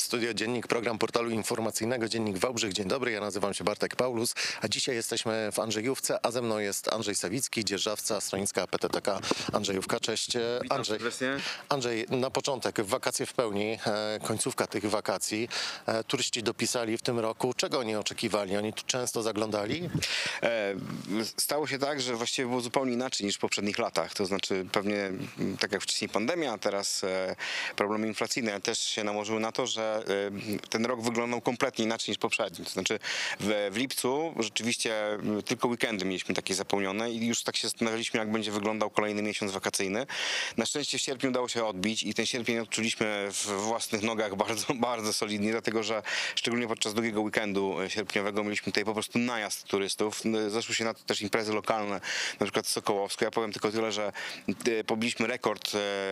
Studio Dziennik, program portalu informacyjnego Dziennik Wałbrzych. Dzień dobry, ja nazywam się Bartek Paulus, a dzisiaj jesteśmy w Andrzejówce, a ze mną jest Andrzej Sawicki, dzierżawca Stronicka PTTK Andrzejówka. Cześć Andrzej. Andrzej, na początek wakacje w pełni, końcówka tych wakacji. Turyści dopisali w tym roku. Czego oni oczekiwali? Oni tu często zaglądali? Stało się tak, że właściwie było zupełnie inaczej niż w poprzednich latach. To znaczy pewnie tak jak wcześniej pandemia, a teraz problemy inflacyjne też się nałożyły na to, że ten rok wyglądał kompletnie inaczej niż poprzedni. To znaczy w lipcu rzeczywiście tylko weekendy mieliśmy takie zapełnione i już tak się zastanawialiśmy, jak będzie wyglądał kolejny miesiąc wakacyjny. Na szczęście w sierpniu udało się odbić i ten sierpień odczuliśmy w własnych nogach bardzo, bardzo solidnie, dlatego że szczególnie podczas długiego weekendu sierpniowego mieliśmy tutaj po prostu najazd turystów. Zeszły się na to też imprezy lokalne, na przykład Sokołowsko. Ja powiem tylko tyle, że pobiliśmy rekord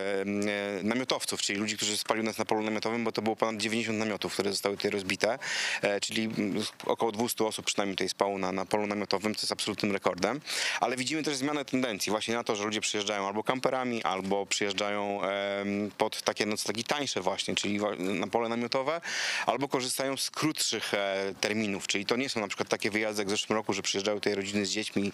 namiotowców, czyli ludzi, którzy spali u nas na polu namiotowym, bo to było ponad 90 namiotów, które zostały tutaj rozbite, czyli około 200 osób przynajmniej tutaj spało na polu namiotowym, co jest absolutnym rekordem. Ale widzimy też zmianę tendencji właśnie na to, że ludzie przyjeżdżają albo kamperami, albo przyjeżdżają pod takie noclegi tańsze właśnie, czyli na pole namiotowe, albo korzystają z krótszych terminów, czyli to nie są na przykład takie wyjazdy jak w zeszłym roku, że przyjeżdżały tutaj rodziny z dziećmi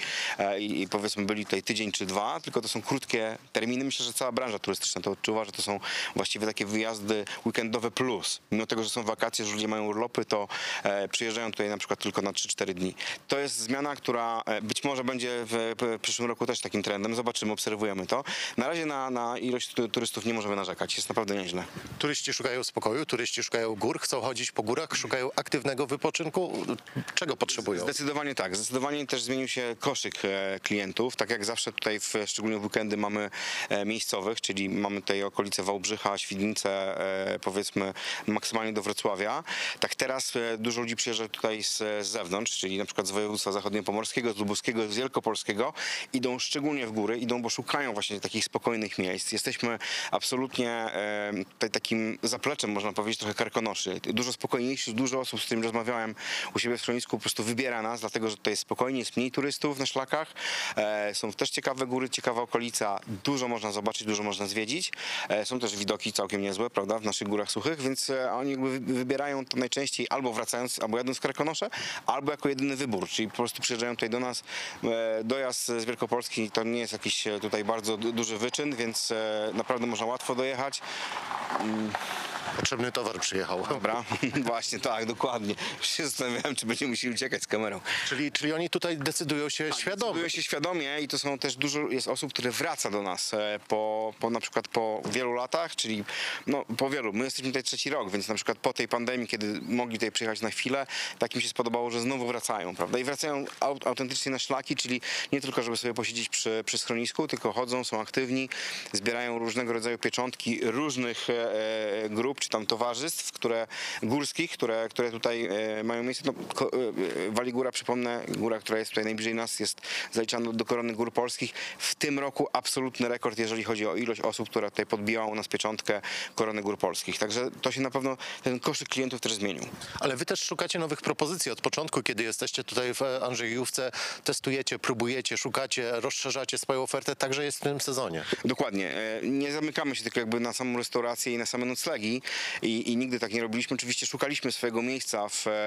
i powiedzmy byli tutaj tydzień czy dwa, tylko to są krótkie terminy. Myślę, że cała branża turystyczna to odczuwa, że to są właściwie takie wyjazdy weekendowe plus. Mimo tego, że są wakacje, że ludzie mają urlopy, to przyjeżdżają tutaj na przykład tylko na 3-4 dni. To jest zmiana, która być może będzie w przyszłym roku też takim trendem. Zobaczymy, obserwujemy to. Na razie na ilość turystów nie możemy narzekać. Jest naprawdę nieźle. Turyści szukają spokoju, turyści szukają gór, chcą chodzić po górach, szukają aktywnego wypoczynku. Czego potrzebują? Zdecydowanie tak. Zdecydowanie też zmienił się koszyk klientów. Tak jak zawsze tutaj, szczególnie w weekendy mamy miejscowych, czyli mamy tutaj okolice Wałbrzycha, Świdnicę, powiedzmy maksymalnie do Wrocławia. Tak teraz dużo ludzi przyjeżdża tutaj z zewnątrz, czyli na przykład z województwa zachodniopomorskiego, z lubuskiego, z wielkopolskiego. Idą szczególnie w góry, idą, bo szukają właśnie takich spokojnych miejsc. Jesteśmy absolutnie tutaj takim zapleczem, można powiedzieć, trochę Karkonoszy. Dużo spokojniejszy, dużo osób, z którymi rozmawiałem u siebie w schronisku, po prostu wybiera nas, dlatego że tutaj jest spokojnie, jest mniej turystów na szlakach. Są też ciekawe góry, ciekawa okolica. Dużo można zobaczyć, dużo można zwiedzić. Są też widoki całkiem niezłe, prawda, w naszych górach suchych, więc oni jakby wybierają to najczęściej albo wracając, albo jadąc w Karkonosze, albo jako jedyny wybór, czyli po prostu przyjeżdżają tutaj do nas. Dojazd z Wielkopolski to nie jest jakiś tutaj bardzo duży wyczyn, więc naprawdę można łatwo dojechać. Potrzebny towar przyjechał. Dobra, właśnie tak, dokładnie. Już się zastanawiałem, czy będziemy musieli uciekać z kamerą. Czyli oni tutaj decydują się świadomie. Decydują się świadomie i to są też dużo jest osób, które wraca do nas po na przykład po wielu latach, czyli no po wielu. My jesteśmy tutaj trzeci rok, więc na przykład po tej pandemii, kiedy mogli tutaj przyjechać na chwilę, tak im się spodobało, że znowu wracają, prawda? I wracają autentycznie na szlaki, czyli nie tylko, żeby sobie posiedzieć przy schronisku, tylko chodzą, są aktywni, zbierają różnego rodzaju pieczątki różnych grup, czy tam towarzystw, górskich, które tutaj mają miejsce. No, Waligóra, przypomnę, góra, która jest tutaj najbliżej nas, jest zaliczana do korony gór polskich. W tym roku absolutny rekord, jeżeli chodzi o ilość osób, która tutaj podbijała u nas pieczątkę korony gór polskich. Także to się na pewno, ten koszyk klientów też zmienił. Ale wy też szukacie nowych propozycji od początku, kiedy jesteście tutaj w Andrzejówce, testujecie, próbujecie, szukacie, rozszerzacie swoją ofertę, także jest w tym sezonie. Dokładnie. Nie zamykamy się tylko jakby na samą restaurację i na same noclegi i nigdy tak nie robiliśmy. Oczywiście szukaliśmy swojego miejsca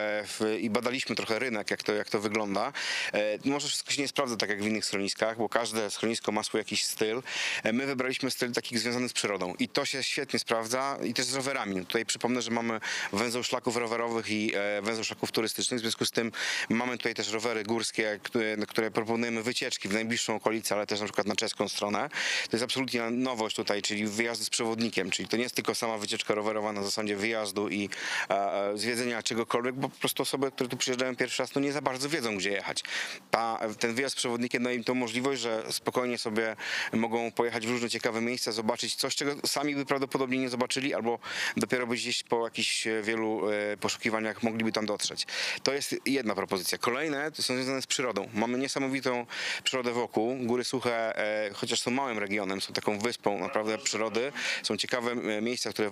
i badaliśmy trochę rynek, jak to wygląda. Może wszystko się nie sprawdza tak jak w innych schroniskach, bo każde schronisko ma swój jakiś styl. My wybraliśmy styl taki związany z przyrodą i to się świetnie sprawdza i też z rowerami. Tutaj przypomnę, że mamy węzeł szlaków rowerowych i węzeł szlaków turystycznych. W związku z tym mamy tutaj też rowery górskie, które proponujemy wycieczki w najbliższą okolicę, ale też na przykład na czeską stronę. To jest absolutnie nowość tutaj, czyli wyjazdy z przewodnikiem, czyli to nie jest tylko sama wycieczka rowerowa na zasadzie wyjazdu i zwiedzenia czegokolwiek, bo po prostu osoby, które tu przyjeżdżają pierwszy raz, to nie za bardzo wiedzą, gdzie jechać. Ten wyjazd z przewodnikiem daje im tą możliwość, że spokojnie sobie mogą pojechać w różne ciekawe miejsca, zobaczyć coś, czego sami by prawdopodobnie nie zobaczyli, albo dopiero by gdzieś po jakichś wielu poszukiwaniach mogliby tam dotrzeć. To jest jedna propozycja. Kolejne to są związane z przyrodą. Mamy niesamowitą przyrodę wokół. Góry Suche, chociaż są małym regionem, są taką wyspą naprawdę przyrody. Są ciekawe miejsca, które warto zobaczyć.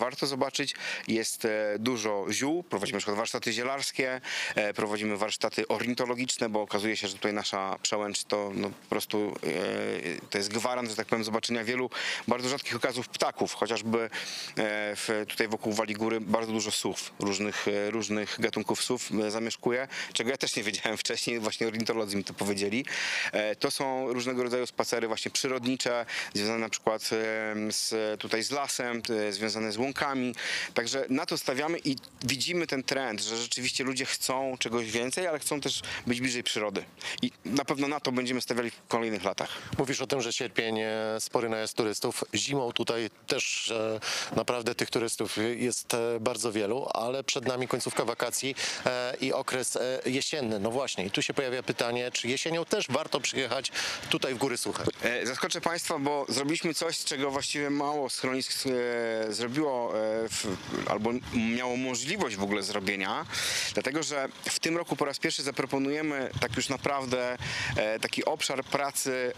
zobaczyć. Jest dużo ziół, prowadzimy na przykład warsztaty zielarskie, prowadzimy warsztaty ornitologiczne, bo okazuje się, że tutaj nasza przełęcz to no, po prostu to jest gwarant, że tak powiem, zobaczenia wielu bardzo rzadkich okazów ptaków, chociażby tutaj wokół Wali Góry bardzo dużo sów, różnych gatunków sów zamieszkuje, czego ja też nie wiedziałem wcześniej, właśnie ornitolodzy mi to powiedzieli. To są różnego rodzaju spacery właśnie przyrodnicze, związane na przykład tutaj z lasem, związane z łąkami, także na to stawiamy i widzimy ten trend, że rzeczywiście ludzie chcą czegoś więcej, ale chcą też być bliżej przyrody i na pewno na to będziemy stawiali w kolejnych latach. Mówisz o tym, że sierpień spory najazd turystów. Zimą tutaj też naprawdę tych turystów jest bardzo wielu, ale przed nami końcówka wakacji i okres jesienny. No właśnie, i tu się pojawia pytanie, czy jesienią też warto przyjechać tutaj w Góry Suche? Zaskoczę Państwa, bo zrobiliśmy coś, czego właściwie mało schronisk zrobiło albo miało możliwość w ogóle zrobienia, dlatego że w tym roku po raz pierwszy zaproponujemy tak już naprawdę taki obszar pracy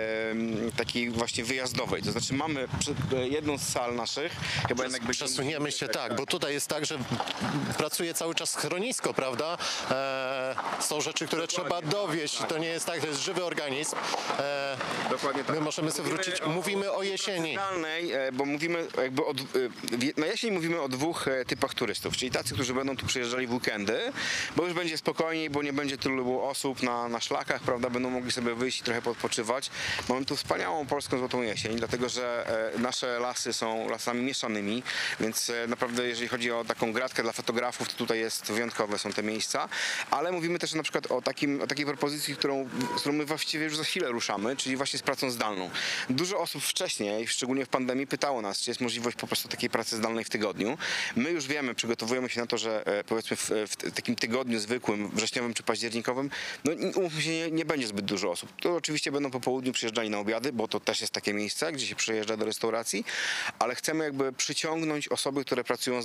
takiej właśnie wyjazdowej. To znaczy mamy jedną z sal naszych, chyba jednak Przesuniemy się, tak, bo tutaj jest tak, że pracuje cały czas schronisko, prawda? Są rzeczy, które trzeba dowieść. To nie jest tak, to jest żywy organizm. Dokładnie tak. My możemy sobie wrócić. Mówimy o jesieni. Bo mówimy jakby na jesień mówimy o dwóch typach turystów, czyli tacy, którzy będą tu przyjeżdżali w weekendy, bo już będzie spokojniej, bo nie będzie tylu osób na szlakach, prawda, będą mogli sobie wyjść i trochę podpoczywać. Mamy tu wspaniałą polską złotą jesień, dlatego że nasze lasy są lasami mieszanymi, więc naprawdę jeżeli chodzi o taką gratkę dla fotografów, to tutaj jest wyjątkowe są te miejsca, ale mówimy też na przykład o takiej propozycji, z którą my właściwie już za chwilę ruszamy, czyli właśnie z pracą zdalną. Dużo osób wcześniej, szczególnie w pandemii, pytało nas, czy jest możliwość po prostu takiej pracy zdalnej w tygodniu. My już wiemy, przygotowujemy się na to, że powiedzmy w takim tygodniu zwykłym, wrześniowym czy październikowym, no umówmy się, nie będzie zbyt dużo osób. To oczywiście będą po południu przyjeżdżali na obiady, bo to też jest takie miejsce, gdzie się przyjeżdża do restauracji, ale chcemy jakby przyciągnąć osoby, które pracują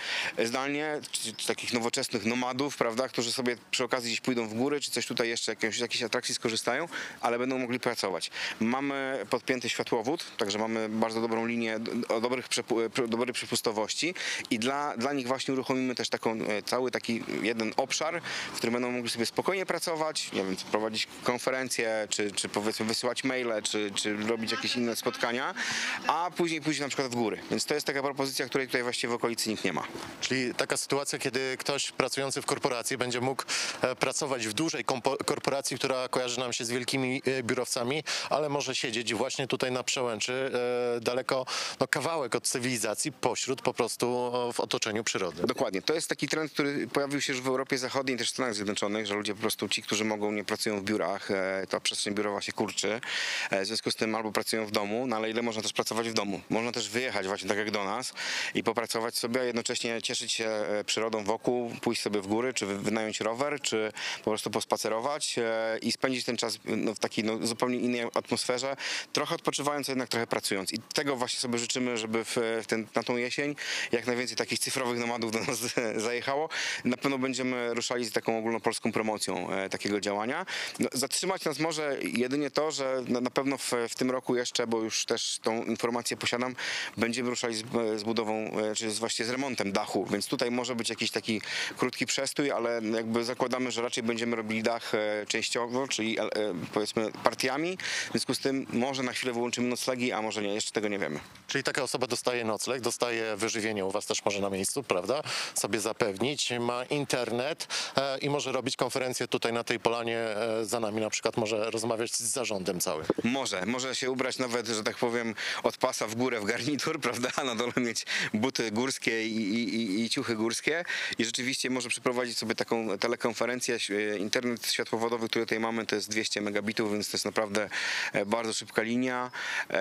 zdalnie, czy takich nowoczesnych nomadów, prawda, którzy sobie przy okazji gdzieś pójdą w góry, czy coś tutaj jeszcze, jakiejś atrakcji skorzystają, ale będą mogli pracować. Mamy podpięty światłowód, także mamy bardzo dobrą linię o dobrej przepustowości i dla nich właśnie uruchomimy też cały taki jeden obszar, w którym będą mogli sobie spokojnie pracować, nie wiem, prowadzić konferencje, czy powiedzmy wysyłać maile, czy robić jakieś inne spotkania, a później pójść na przykład w góry. Więc to jest taka propozycja, której tutaj właściwie w okolicy nikt nie ma. Czyli taka sytuacja, kiedy ktoś pracujący w korporacji będzie mógł pracować w dużej korporacji, która kojarzy nam się z wielkimi biurowcami, ale może siedzieć właśnie tutaj na przełęczy, daleko, no kawałek od cywilizacji, pośród po prostu w otoczeniu przyrody. Dokładnie. To jest taki trend, który pojawił się już w Europie Zachodniej, też w Stanach Zjednoczonych, że ludzie po prostu, ci, którzy mogą, nie pracują w biurach, ta przestrzeń biurowa się kurczy. W związku z tym albo pracują w domu, no ale ile można też pracować w domu? Można też wyjechać właśnie tak jak do nas i popracować sobie, a jednocześnie cieszyć się przyrodą wokół, pójść sobie w góry, czy wynająć rower, czy po prostu pospacerować i spędzić ten czas w takiej zupełnie innej atmosferze, trochę odpoczywając, a jednak trochę pracując. I tego właśnie sobie życzymy, żeby na tą jesień jak najwięcej takich cyfrowych nomadów do nas zajechało. Na pewno będziemy ruszali z taką ogólnopolską promocją takiego działania. No, zatrzymać nas może jedynie to, że na pewno w tym roku jeszcze, bo już też tą informację posiadam, będziemy ruszali z budową, czy właśnie z remontem dachu, więc tutaj może być jakiś taki krótki przestój, ale jakby zakładamy, że raczej będziemy robili dach częściowo, czyli powiedzmy partiami, w związku z tym może na chwilę wyłączymy noclegi, a może nie, jeszcze tego nie wiemy. Czyli taka osoba dostaje nocleg, dostaje wyżywienie u was też może na miejscu, prawda? Sobie zapewnić, ma internet i może robić konferencję tutaj na tej polanie za nami, na przykład może rozmawiać z zarządem całym. Może się ubrać nawet, że tak powiem, od pasa w górę w garnitur, prawda? Na dole mieć buty górskie i ciuchy górskie i rzeczywiście może przeprowadzić sobie taką telekonferencję. Internet światłowodowy, który tutaj mamy, to jest 200 megabitów, więc to jest naprawdę bardzo szybka linia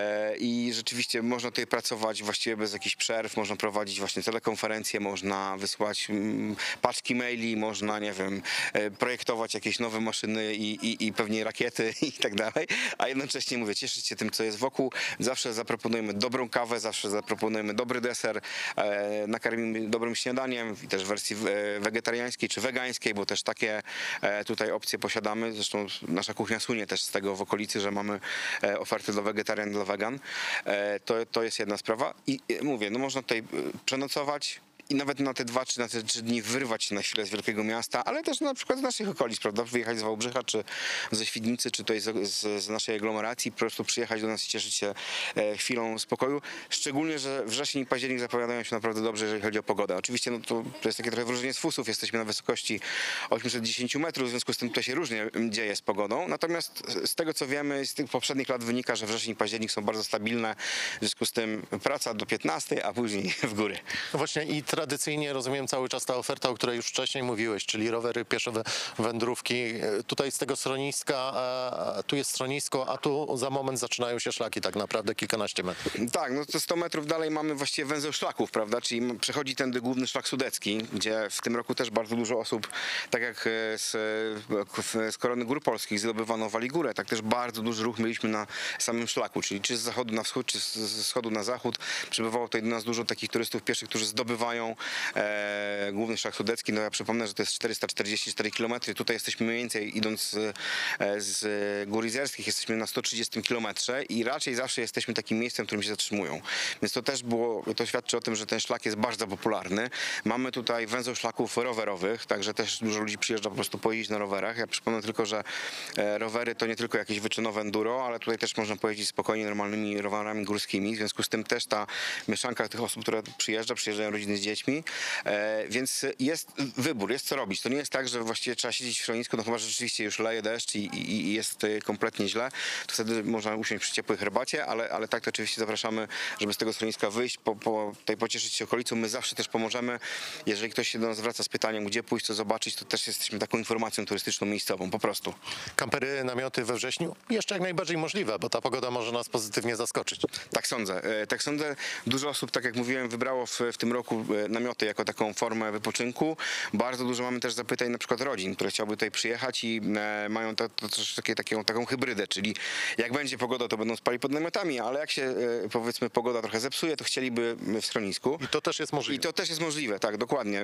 i rzeczywiście można tutaj pracować właściwie bez jakichś przerw, można prowadzić właśnie telekonferencje, można wysłać paczki maili, można, nie wiem, projektować jakieś nowe maszyny i pewnie rakiety i tak dalej, a jednocześnie mówię, cieszyć się tym, co jest wokół. Zawsze zaproponujemy dobrą kawę, zawsze zaproponujemy dobry deser, nakarmimy dobrym śniadaniem i też w wersji wegetariańskiej czy wegańskiej, bo też takie tutaj opcje posiadamy. Zresztą nasza kuchnia słynie też z tego w okolicy, że mamy oferty dla wegetarian, dla wegan. To jest jedna sprawa i mówię, no można tutaj przenocować i nawet na te 2 czy na te 3 dni wyrwać się na chwilę z wielkiego miasta, ale też na przykład z naszych okolic, prawda? Wyjechać z Wałbrzycha, czy ze Świdnicy, czy tutaj z naszej aglomeracji, po prostu przyjechać do nas i cieszyć się chwilą spokoju. Szczególnie, że wrzesień i październik zapowiadają się naprawdę dobrze, jeżeli chodzi o pogodę. Oczywiście no to jest takie trochę wróżenie z fusów. Jesteśmy na wysokości 810 metrów, w związku z tym tutaj się różnie dzieje z pogodą. Natomiast z tego, co wiemy, z tych poprzednich lat wynika, że wrzesień i październik są bardzo stabilne. W związku z tym praca do 15, a później w góry. No właśnie i tradycyjnie rozumiem cały czas ta oferta, o której już wcześniej mówiłeś, czyli rowery, piesze wędrówki. Tutaj z tego schroniska, tu jest schronisko, a tu za moment zaczynają się szlaki tak naprawdę kilkanaście metrów. Tak, no to 100 metrów dalej mamy właściwie węzeł szlaków, prawda, czyli przechodzi tędy główny szlak sudecki, gdzie w tym roku też bardzo dużo osób, tak jak z Korony Gór Polskich zdobywano Waligórę, tak też bardzo duży ruch mieliśmy na samym szlaku, czyli czy z zachodu na wschód, czy ze wschodu na zachód. Przybywało tutaj do nas dużo takich turystów pieszych, którzy zdobywają główny szlak sudecki. No ja przypomnę, że to jest 444 km, tutaj jesteśmy mniej więcej idąc z Gór Izerskich, jesteśmy na 130 km i raczej zawsze jesteśmy takim miejscem, w którym się zatrzymują. Więc to też to świadczy o tym, że ten szlak jest bardzo popularny. Mamy tutaj węzeł szlaków rowerowych, także też dużo ludzi przyjeżdża po prostu pojeździć na rowerach. Ja przypomnę tylko, że rowery to nie tylko jakieś wyczynowe enduro, ale tutaj też można pojeździć spokojnie normalnymi rowerami górskimi. W związku z tym też ta mieszanka tych osób, które przyjeżdżają rodziny z dziećmi, więc jest wybór, jest co robić. To nie jest tak, że właściwie trzeba siedzieć w schronisku, no chyba że rzeczywiście już leje deszcz i jest kompletnie źle, to wtedy można usiąść przy ciepłej herbacie, ale tak to oczywiście zapraszamy, żeby z tego schroniska wyjść, tutaj pocieszyć się okolicą. My zawsze też pomożemy. Jeżeli ktoś się do nas zwraca z pytaniem, gdzie pójść, co zobaczyć, to też jesteśmy taką informacją turystyczną miejscową, po prostu. Kampery, namioty we wrześniu? Jeszcze jak najbardziej możliwe, bo ta pogoda może nas pozytywnie zaskoczyć. Tak sądzę. Tak sądzę. Dużo osób, tak jak mówiłem, wybrało w tym roku namioty jako taką formę wypoczynku. Bardzo dużo mamy też zapytań na przykład rodzin, które chciałyby tutaj przyjechać i mają to troszeczkę taką hybrydę, czyli jak będzie pogoda, to będą spali pod namiotami, ale jak się powiedzmy pogoda trochę zepsuje, to chcieliby w schronisku. I to też jest możliwe. I to też jest możliwe, tak, dokładnie.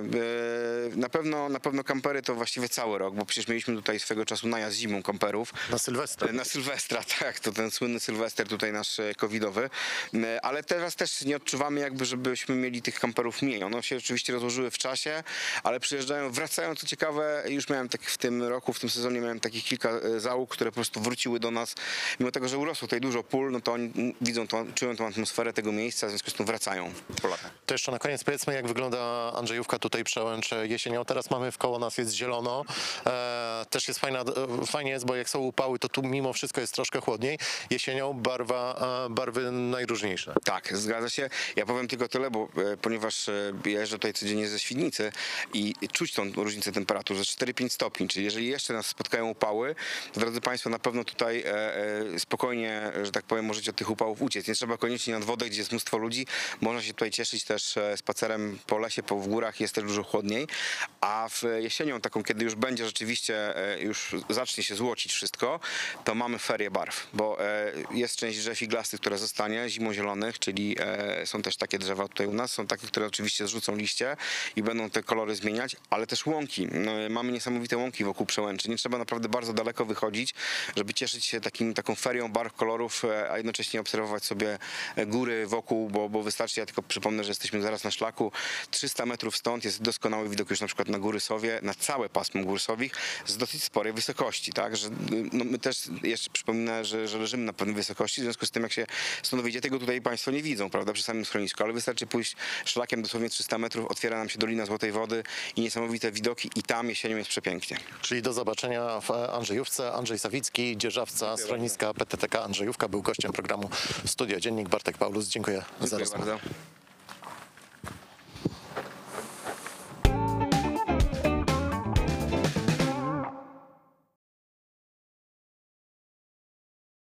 Na pewno kampery to właściwie cały rok, bo przecież mieliśmy tutaj swego czasu najazd zimą kamperów. Na Sylwestra. Na Sylwestra, tak, to ten słynny Sylwester tutaj nasz covidowy, ale teraz też nie odczuwamy jakby, żebyśmy mieli tych kamperów mniej. One się oczywiście rozłożyły w czasie, ale przyjeżdżają, wracają, co ciekawe, już miałem tak w tym roku, w tym sezonie miałem takich kilka załóg, które po prostu wróciły do nas, mimo tego, że urosło tutaj dużo pól, no to oni widzą to, czują tą atmosferę tego miejsca, w związku z tym wracają po latach. To jeszcze na koniec powiedzmy, jak wygląda Andrzejówka tutaj Przełęcz jesienią. Teraz mamy wkoło nas jest zielono. Też jest fajnie jest, bo jak są upały, to tu mimo wszystko jest troszkę chłodniej. Jesienią barwy najróżniejsze. Tak, zgadza się. Ja powiem tylko tyle, bo ponieważ ja jeżdżę tutaj codziennie ze Świdnicy i czuć tą różnicę temperatur, że 4-5 stopni, czyli jeżeli jeszcze nas spotkają upały, to drodzy Państwo, na pewno tutaj spokojnie, że tak powiem, możecie od tych upałów uciec. Nie trzeba koniecznie nad wodę, gdzie jest mnóstwo ludzi. Można się tutaj cieszyć też spacerem po lesie, w górach, jest też dużo chłodniej. A w jesienią taką, kiedy już będzie rzeczywiście, już zacznie się złocić wszystko, to mamy ferię barw, bo jest część drzew iglastych, która zostanie, zimozielonych, czyli są też takie drzewa tutaj u nas, są takie, które oczywiście zrzucą liście i będą te kolory zmieniać, ale też łąki. No, mamy niesamowite łąki wokół Przełęczy. Nie trzeba naprawdę bardzo daleko wychodzić, żeby cieszyć się taką ferią barw, kolorów, a jednocześnie obserwować sobie góry wokół, bo wystarczy, ja tylko przypomnę, że jesteśmy zaraz na szlaku, 300 metrów stąd jest doskonały widok już na przykład na Góry Sowie, na całe pasmo Gór Sowich z dosyć sporej wysokości, tak, że no, my też jeszcze przypominam, że leżymy na pewnej wysokości, w związku z tym jak się stąd wyjdzie, tego tutaj Państwo nie widzą, prawda, przy samym schronisku, ale wystarczy pójść szlakiem dosłownie 300 metrów, otwiera nam się Dolina Złotej Wody i niesamowite widoki i tam jesienią jest przepięknie. Czyli do zobaczenia w Andrzejówce. Andrzej Sawicki, dzierżawca schroniska PTTK Andrzejówka, był gościem programu Studio Dziennik. Bartek Paulus, dziękuję za rozmowę. Bardzo.